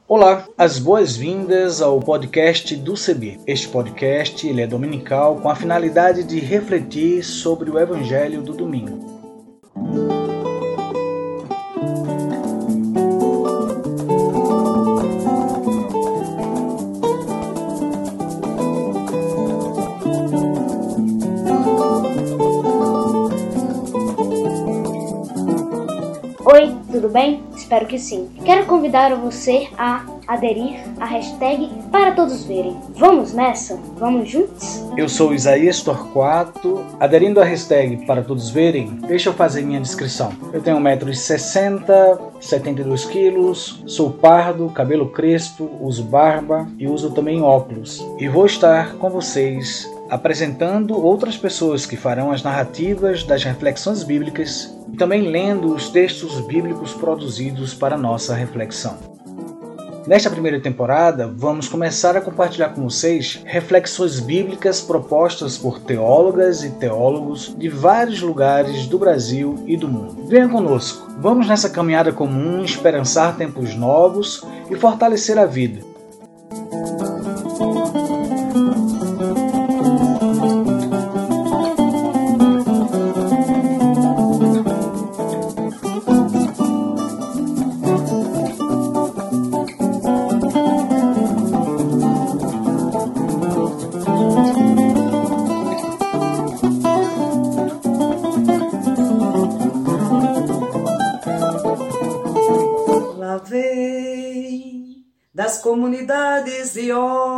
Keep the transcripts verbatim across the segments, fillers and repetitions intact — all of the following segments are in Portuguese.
Olá, as boas-vindas ao podcast do C B. Este podcast ele é dominical com a finalidade de refletir sobre o Evangelho do domingo. Oi, tudo bem? Espero que sim. Quero convidar você a aderir à hashtag para todos verem. Vamos nessa? Vamos juntos? Eu sou Isaías Torquato, aderindo à hashtag para todos verem, deixa eu fazer minha descrição. Eu tenho um metro e sessenta, setenta e dois quilos, sou pardo, cabelo crespo, uso barba e uso também óculos. E vou estar com vocês apresentando outras pessoas que farão as narrativas das reflexões bíblicas e também lendo os textos bíblicos produzidos para nossa reflexão. Nesta primeira temporada, vamos começar a compartilhar com vocês reflexões bíblicas propostas por teólogas e teólogos de vários lugares do Brasil e do mundo. Venha conosco, vamos nessa caminhada comum esperançar tempos novos e fortalecer a vida. Das comunidades de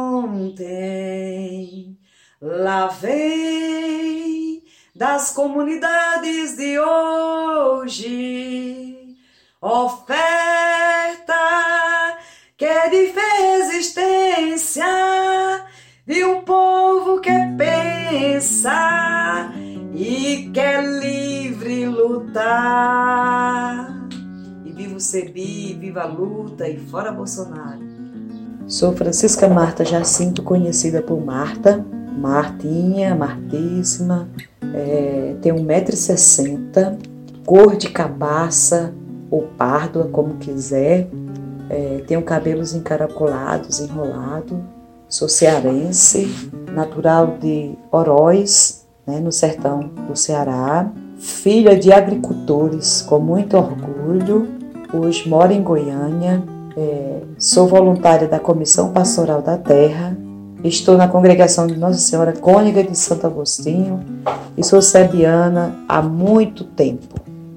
ontem, lá vem das comunidades de hoje, oferta que é de resistência de um povo que pensa e quer livre lutar. E viva o Cebi, viva a luta e fora Bolsonaro. Sou Francisca Marta Jacinto, conhecida por Marta, Martinha, Martíssima, é, tenho um metro e sessenta, cor de cabaça ou pardo, como quiser, é, tenho cabelos encaracolados, enrolado, sou cearense, natural de Oroz, né, no sertão do Ceará, filha de agricultores com muito orgulho, hoje moro em Goiânia. É, sou voluntária da Comissão Pastoral da Terra, estou na congregação de Nossa Senhora Cônega de Santo Agostinho e sou sebiana há muito tempo.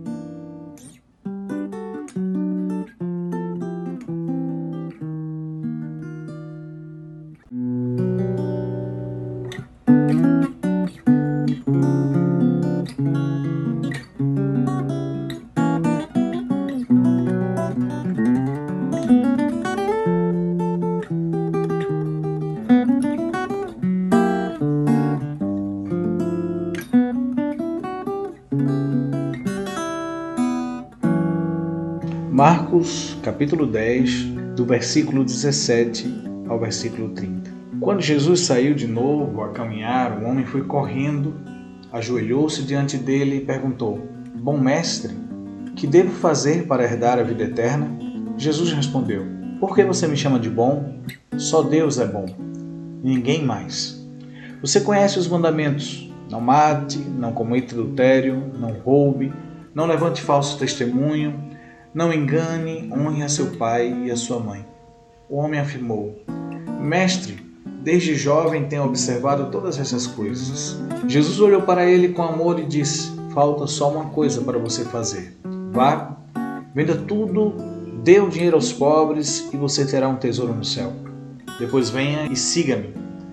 Marcos, capítulo dez, do versículo dezessete ao versículo trinta. Quando Jesus saiu de novo a caminhar, o homem foi correndo, ajoelhou-se diante dele e perguntou: Bom mestre, que devo fazer para herdar a vida eterna? Jesus respondeu: Por que você me chama de bom? Só Deus é bom, ninguém mais. Você conhece os mandamentos: não mate, não cometa adultério, não roube, não levante falso testemunho, não engane, honre a seu pai e a sua mãe. O homem afirmou: Mestre, desde jovem tenho observado todas essas coisas. Jesus olhou para ele com amor e disse: Falta só uma coisa para você fazer. Vá, venda tudo, dê o dinheiro aos pobres e você terá um tesouro no céu. Depois venha e siga-me.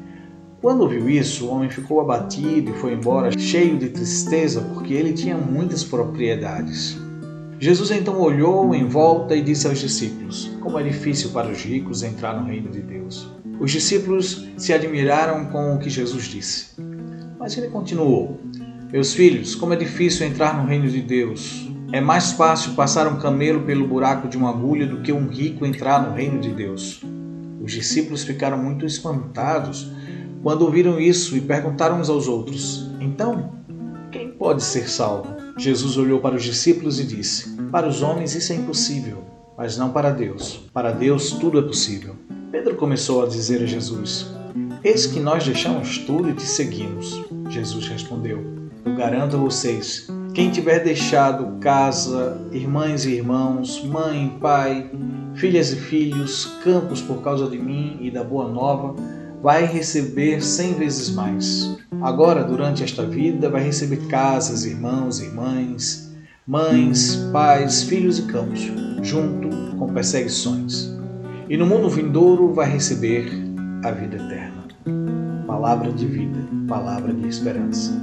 Quando ouviu isso, o homem ficou abatido e foi embora cheio de tristeza porque ele tinha muitas propriedades. Jesus então olhou em volta e disse aos discípulos: Como é difícil para os ricos entrar no reino de Deus. Os discípulos se admiraram com o que Jesus disse. Mas ele continuou: Meus filhos, como é difícil entrar no reino de Deus. É mais fácil passar um camelo pelo buraco de uma agulha do que um rico entrar no reino de Deus. Os discípulos ficaram muito espantados quando ouviram isso e perguntaram uns aos outros: Então, quem pode ser salvo? Jesus olhou para os discípulos e disse: Para os homens isso é impossível, mas não para Deus. Para Deus tudo é possível. Pedro começou a dizer a Jesus: eis que nós deixamos tudo e te seguimos. Jesus respondeu: eu garanto a vocês, quem tiver deixado casa, irmãs e irmãos, mãe, pai, filhas e filhos, campos por causa de mim e da boa nova, vai receber cem vezes mais. Agora, durante esta vida, vai receber casas, irmãos e irmãs, mães, pais, filhos e campos, junto com perseguições. E no mundo vindouro vai receber a vida eterna. Palavra de vida, palavra de esperança.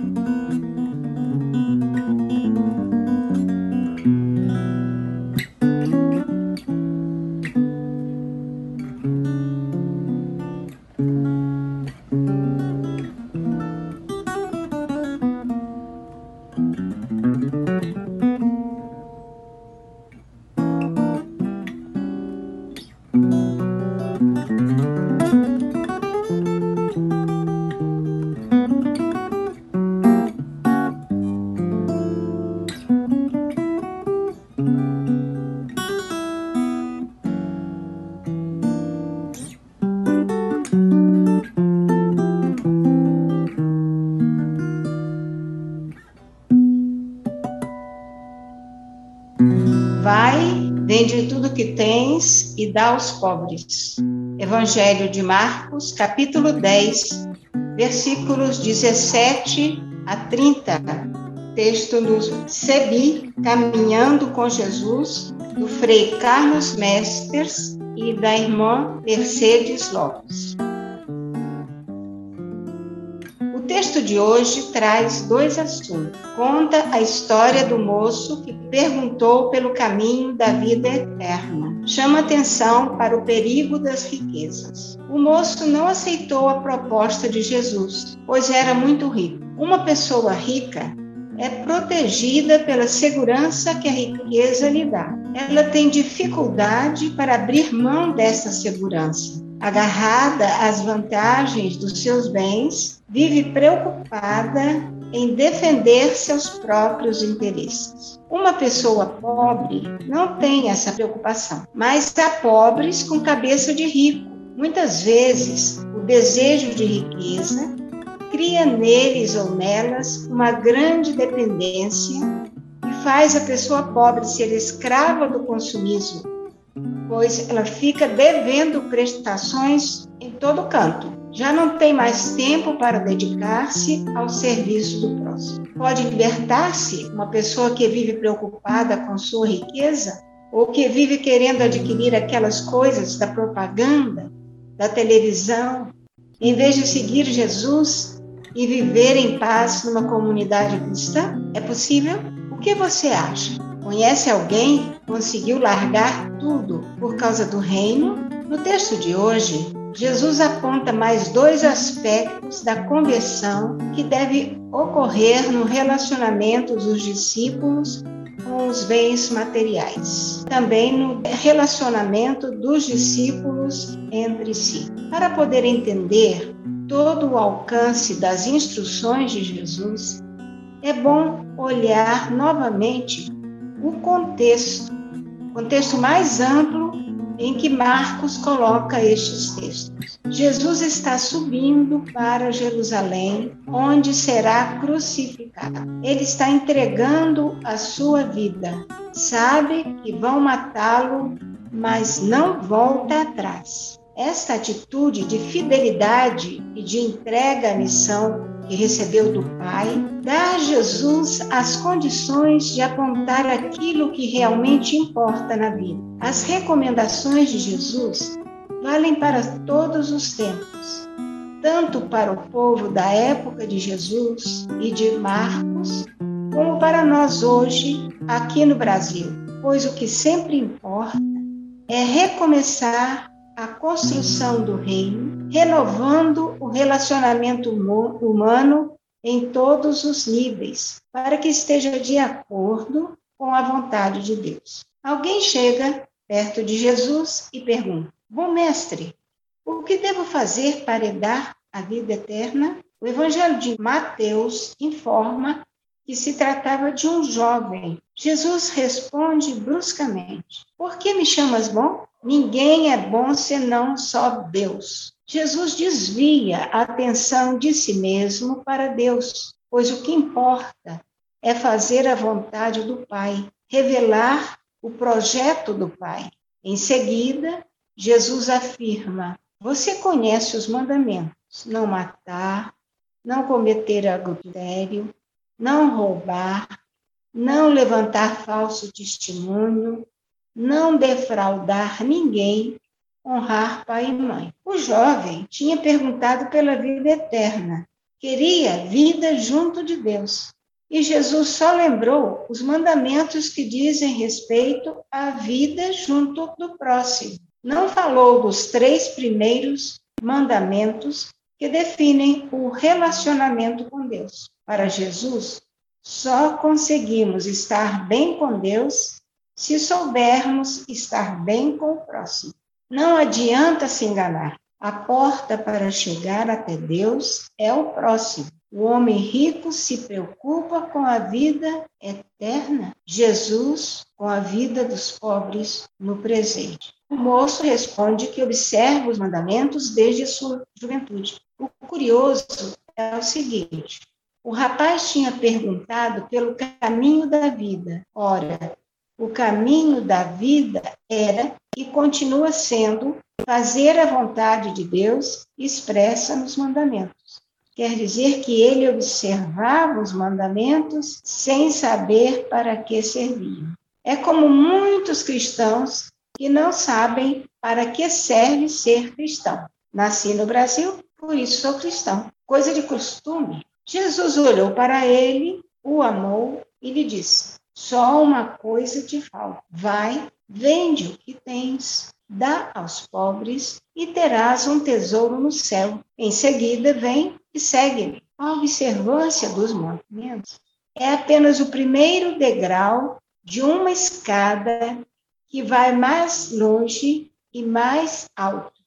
Vai, vende tudo que tens e dá aos pobres. Evangelho de Marcos, capítulo dez, versículos dezessete a trinta. Texto do Sebi, Caminhando com Jesus, do Frei Carlos Mesters e da irmã Mercedes Lopes. O texto de hoje traz dois assuntos. Conta a história do moço que perguntou pelo caminho da vida eterna. Chama atenção para o perigo das riquezas. O moço não aceitou a proposta de Jesus, pois era muito rico. Uma pessoa rica é protegida pela segurança que a riqueza lhe dá. Ela tem dificuldade para abrir mão dessa segurança. Agarrada às vantagens dos seus bens, vive preocupada em defender seus próprios interesses. Uma pessoa pobre não tem essa preocupação, mas há pobres com cabeça de rico. Muitas vezes, o desejo de riqueza cria neles ou nelas uma grande dependência e faz a pessoa pobre ser escrava do consumismo, pois ela fica devendo prestações em todo canto. Já não tem mais tempo para dedicar-se ao serviço do próximo. Pode libertar-se uma pessoa que vive preocupada com sua riqueza ou que vive querendo adquirir aquelas coisas da propaganda, da televisão, em vez de seguir Jesus e viver em paz numa comunidade cristã? É possível? O que você acha? Conhece alguém que conseguiu largar tudo por causa do reino? No texto de hoje, Jesus aponta mais dois aspectos da conversão que deve ocorrer no relacionamento dos discípulos com os bens materiais. Também no relacionamento dos discípulos entre si. Para poder entender todo o alcance das instruções de Jesus, é bom olhar novamente o contexto, contexto mais amplo em que Marcos coloca estes textos. Jesus está subindo para Jerusalém, onde será crucificado. Ele está entregando a sua vida. Sabe que vão matá-lo, mas não volta atrás. Esta atitude de fidelidade e de entrega à missão que recebeu do Pai, dá a Jesus as condições de apontar aquilo que realmente importa na vida. As recomendações de Jesus valem para todos os tempos, tanto para o povo da época de Jesus e de Marcos, como para nós hoje, aqui no Brasil, pois o que sempre importa é recomeçar a construção do reino, renovando o relacionamento humano em todos os níveis, para que esteja de acordo com a vontade de Deus. Alguém chega perto de Jesus e pergunta: bom mestre, o que devo fazer para herdar a vida eterna? O Evangelho de Mateus informa que se tratava de um jovem. Jesus responde bruscamente: por que me chamas bom? Ninguém é bom senão só Deus. Jesus desvia a atenção de si mesmo para Deus, pois o que importa é fazer a vontade do Pai, revelar o projeto do Pai. Em seguida, Jesus afirma: você conhece os mandamentos: não matar, não cometer adultério, não roubar, não levantar falso testemunho, não defraudar ninguém, honrar pai e mãe. O jovem tinha perguntado pela vida eterna, queria vida junto de Deus. E Jesus só lembrou os mandamentos que dizem respeito à vida junto do próximo. Não falou dos três primeiros mandamentos que definem o relacionamento com Deus. Para Jesus, só conseguimos estar bem com Deus se soubermos estar bem com o próximo. Não adianta se enganar. A porta para chegar até Deus é o próximo. O homem rico se preocupa com a vida eterna. Jesus com a vida dos pobres no presente. O moço responde que observa os mandamentos desde a sua juventude. O curioso é o seguinte: o rapaz tinha perguntado pelo caminho da vida. Ora, o caminho da vida era e continua sendo fazer a vontade de Deus expressa nos mandamentos. Quer dizer que ele observava os mandamentos sem saber para que serviam. É como muitos cristãos que não sabem para que serve ser cristão. Nasci no Brasil, por isso sou cristão. Coisa de costume. Jesus olhou para ele, o amou e lhe disse: só uma coisa te falta. Vai, vende o que tens, dá aos pobres e terás um tesouro no céu. Em seguida, vem e segue-me. A observância dos mandamentos é apenas o primeiro degrau de uma escada que vai mais longe e mais alto.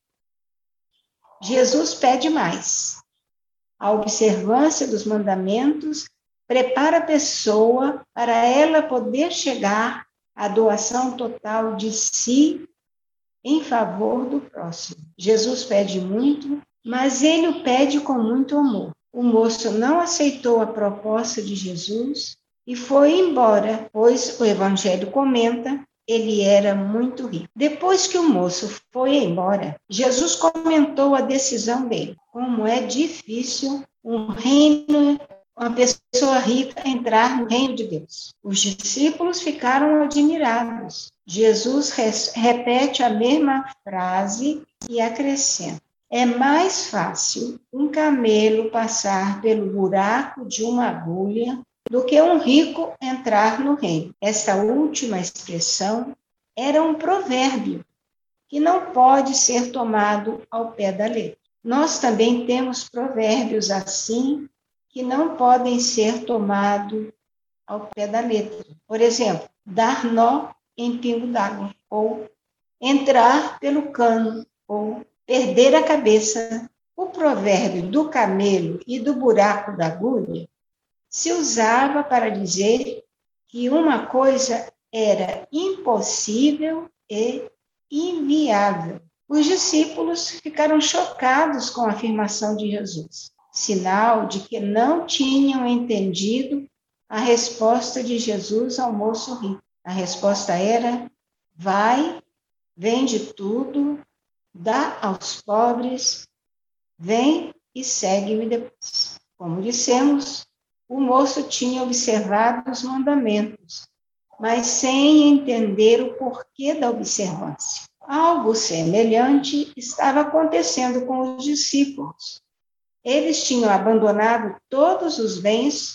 Jesus pede mais. A observância dos mandamentos prepara a pessoa para ela poder chegar à doação total de si em favor do próximo. Jesus pede muito, mas ele o pede com muito amor. O moço não aceitou a proposta de Jesus e foi embora, pois o Evangelho comenta, ele era muito rico. Depois que o moço foi embora, Jesus comentou a decisão dele. Como é difícil um reino, uma pessoa rica entrar no reino de Deus. Os discípulos ficaram admirados. Jesus res, repete a mesma frase e acrescenta: é mais fácil um camelo passar pelo buraco de uma agulha do que um rico entrar no reino. Esta última expressão era um provérbio que não pode ser tomado ao pé da letra. Nós também temos provérbios assim que não podem ser tomados ao pé da letra. Por exemplo, dar nó em pingo d'água, ou entrar pelo cano, ou perder a cabeça. O provérbio do camelo e do buraco da agulha se usava para dizer que uma coisa era impossível e inviável. Os discípulos ficaram chocados com a afirmação de Jesus, sinal de que não tinham entendido a resposta de Jesus ao moço rico. A resposta era: vai, vende tudo, dá aos pobres, vem e segue-me depois. Como dissemos, o moço tinha observado os mandamentos, mas sem entender o porquê da observância. Algo semelhante estava acontecendo com os discípulos. Eles tinham abandonado todos os bens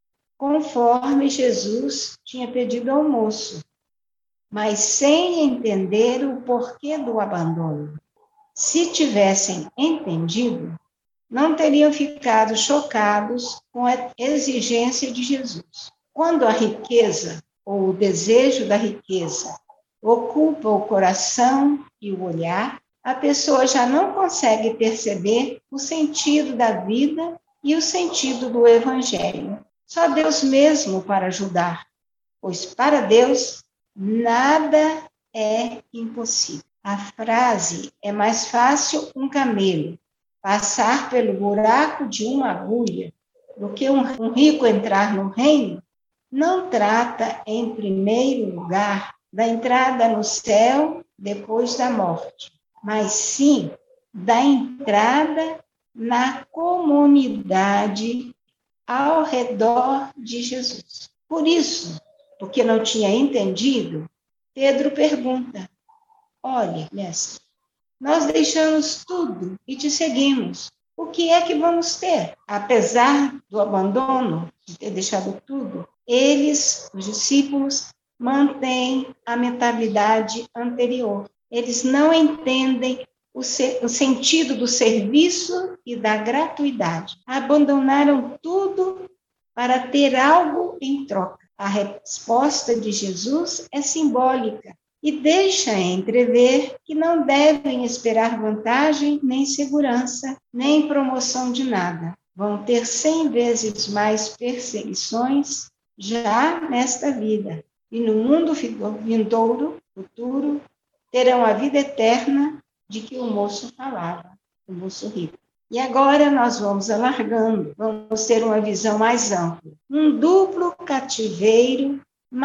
conforme Jesus tinha pedido ao moço, mas sem entender o porquê do abandono. Se tivessem entendido, não teriam ficado chocados com a exigência de Jesus. Quando a riqueza, ou o desejo da riqueza, ocupa o coração e o olhar, a pessoa já não consegue perceber o sentido da vida e o sentido do Evangelho. Só Deus mesmo para ajudar, pois para Deus nada é impossível. A frase "é mais fácil um camelo passar pelo buraco de uma agulha do que um, um rico entrar no reino" não trata, em primeiro lugar, da entrada no céu depois da morte, mas sim da entrada na comunidade ao redor de Jesus. Por isso, porque não tinha entendido, Pedro pergunta: olhe, mestre, nós deixamos tudo e te seguimos. O que é que vamos ter? Apesar do abandono, de ter deixado tudo, eles, os discípulos, mantêm a mentalidade anterior. Eles não entendem o, se, o sentido do serviço e da gratuidade. Abandonaram tudo para ter algo em troca. A resposta de Jesus é simbólica e deixa entrever que não devem esperar vantagem, nem segurança, nem promoção de nada. Vão ter cem vezes mais perseguições já nesta vida. E no mundo vindouro, futuro, terão a vida eterna de que o moço falava, o moço rico. E agora nós vamos alargando, vamos ter uma visão mais ampla. Um duplo cativeiro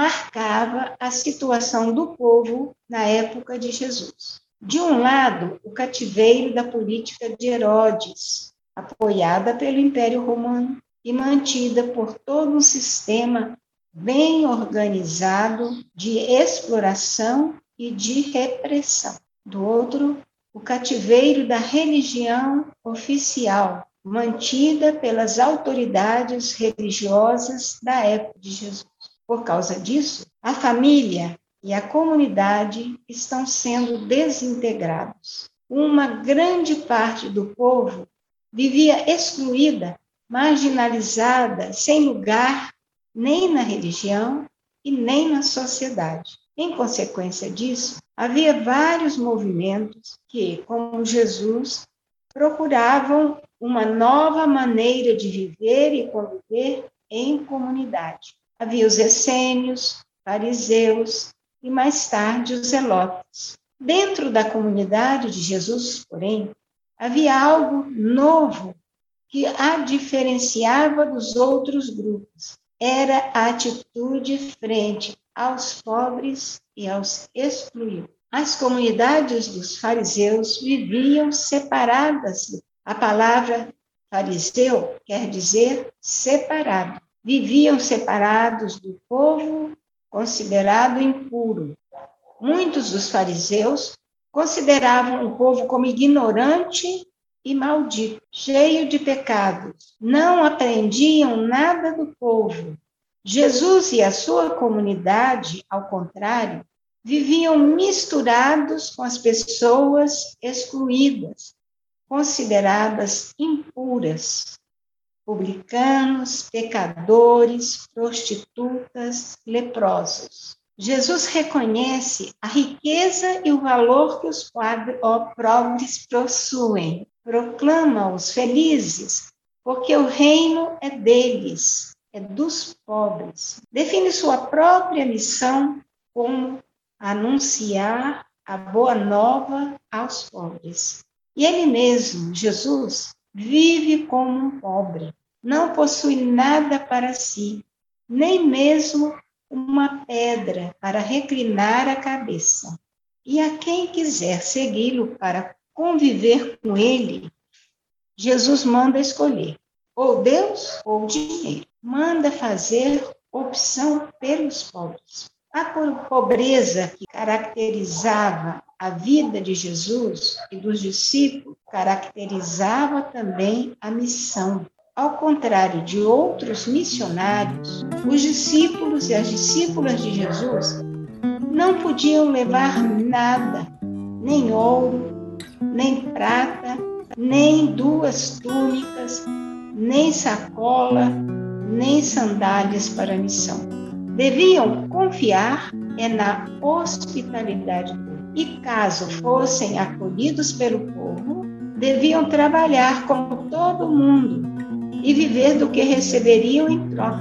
marcava a situação do povo na época de Jesus. De um lado, o cativeiro da política de Herodes, apoiada pelo Império Romano e mantida por todo um sistema bem organizado de exploração e de repressão. Do outro, o cativeiro da religião oficial, mantida pelas autoridades religiosas da época de Jesus. Por causa disso, a família e a comunidade estão sendo desintegrados. Uma grande parte do povo vivia excluída, marginalizada, sem lugar nem na religião e nem na sociedade. Em consequência disso, havia vários movimentos que, como Jesus, procuravam uma nova maneira de viver e conviver em comunidade. Havia os essênios, fariseus e, mais tarde, os zelotes. Dentro da comunidade de Jesus, porém, havia algo novo que a diferenciava dos outros grupos. Era a atitude frente aos pobres e aos excluídos. As comunidades dos fariseus viviam separadas. A palavra fariseu quer dizer separado. Viviam separados do povo considerado impuro. Muitos dos fariseus consideravam o povo como ignorante e maldito, cheio de pecados. Não aprendiam nada do povo. Jesus e a sua comunidade, ao contrário, viviam misturados com as pessoas excluídas, consideradas impuras. Publicanos, pecadores, prostitutas, leprosos. Jesus reconhece a riqueza e o valor que os pobres possuem. Proclama-os felizes, porque o reino é deles, é dos pobres. Define sua própria missão como anunciar a boa nova aos pobres. E ele mesmo, Jesus, vive como um pobre. Não possui nada para si, nem mesmo uma pedra para reclinar a cabeça. E a quem quiser segui-lo para conviver com ele, Jesus manda escolher ou Deus ou dinheiro. Manda fazer opção pelos pobres. A pobreza que caracterizava a vida de Jesus e dos discípulos caracterizava também a missão. Ao contrário de outros missionários, os discípulos e as discípulas de Jesus não podiam levar nada, nem ouro, nem prata, nem duas túnicas, nem sacola, nem sandálias para a missão. Deviam confiar é na hospitalidade do povo. E caso fossem acolhidos pelo povo, deviam trabalhar como todo mundo e viver do que receberiam em troca.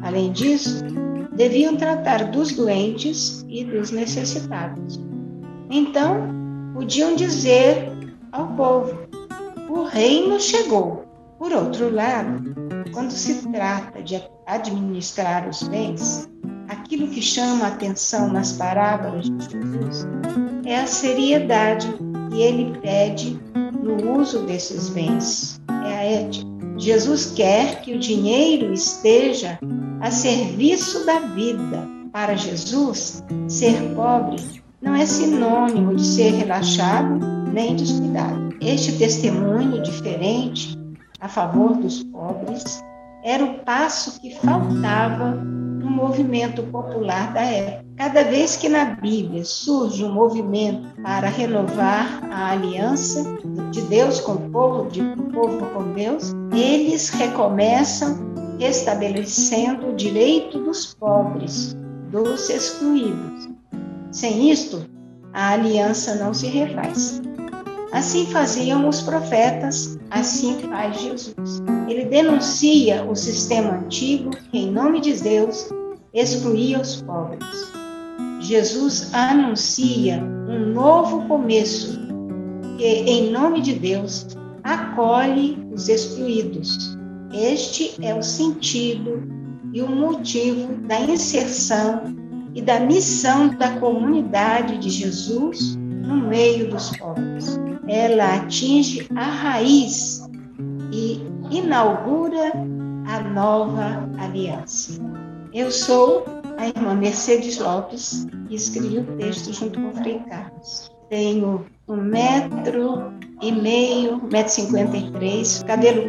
Além disso, deviam tratar dos doentes e dos necessitados. Então, podiam dizer ao povo: o reino chegou. Por outro lado, quando se trata de administrar os bens, aquilo que chama a atenção nas parábolas de Jesus é a seriedade que ele pede no uso desses bens. É a ética. Jesus quer que o dinheiro esteja a serviço da vida. Para Jesus, ser pobre não é sinônimo de ser relaxado nem descuidado. Este testemunho diferente a favor dos pobres era o passo que faltava no movimento popular da época. Cada vez que na Bíblia surge um movimento para renovar a aliança de Deus com o povo, de o povo com Deus, eles recomeçam estabelecendo o direito dos pobres, dos excluídos. Sem isto, a aliança não se refaz. Assim faziam os profetas, assim faz Jesus. Ele denuncia o sistema antigo que, em nome de Deus, excluía os pobres. Jesus anuncia um novo começo que, em nome de Deus, acolhe os excluídos. Este é o sentido e o motivo da inserção e da missão da comunidade de Jesus no meio dos pobres. Ela atinge a raiz e inaugura a nova aliança. Eu sou a irmã Mercedes Lopes e escrevi o texto junto com o Frei Carlos. Tenho um metro e meio, um metro e cinquenta e três, cabelo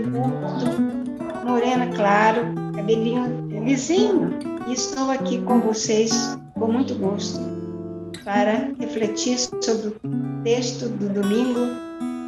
curto, morena claro, cabelinho lisinho. E estou aqui com vocês com muito gosto para refletir sobre o texto do domingo.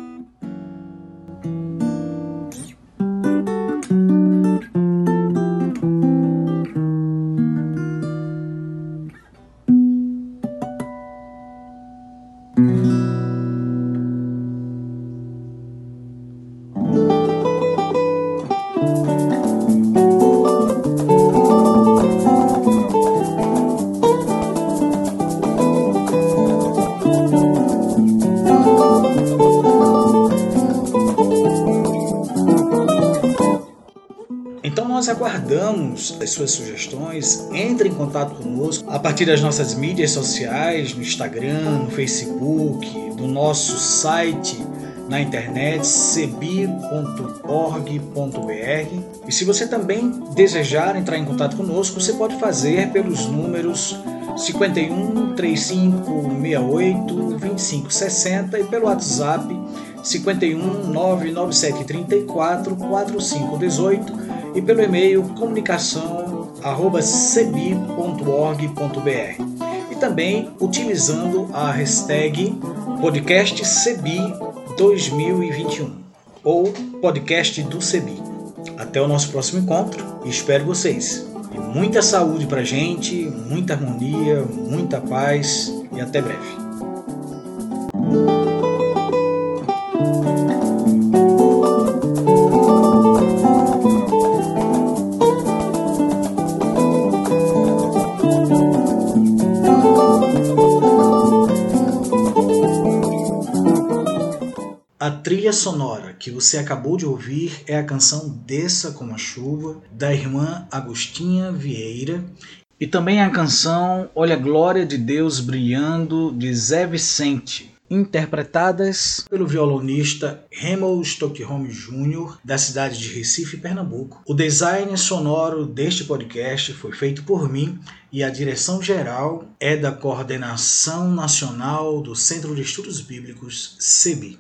Então nós aguardamos as suas sugestões. Entre em contato conosco a partir das nossas mídias sociais, no Instagram, no Facebook, do nosso site na internet cebi ponto org ponto br. E se você também desejar entrar em contato conosco, você pode fazer pelos números cinquenta e um, trinta e cinco, sessenta e oito, vinte e cinco, sessenta e pelo WhatsApp cinquenta e um, nove nove sete trinta e quatro, quarenta e cinco dezoito e pelo e-mail comunicação arroba cebi ponto org ponto br, e também utilizando a hashtag podcast cebi dois mil e vinte e um ou podcast do Cebi. Até o nosso próximo encontro e espero vocês. E muita saúde pra gente, muita harmonia, muita paz e até breve. A trilha sonora que você acabou de ouvir é a canção Desça Como a Chuva, da irmã Agostinha Vieira, e também a canção Olha a Glória de Deus Brilhando, de Zé Vicente, interpretadas pelo violonista Remo Stockholm Júnior, da cidade de Recife, Pernambuco. O design sonoro deste podcast foi feito por mim e a direção geral é da Coordenação Nacional do Centro de Estudos Bíblicos, Cebi.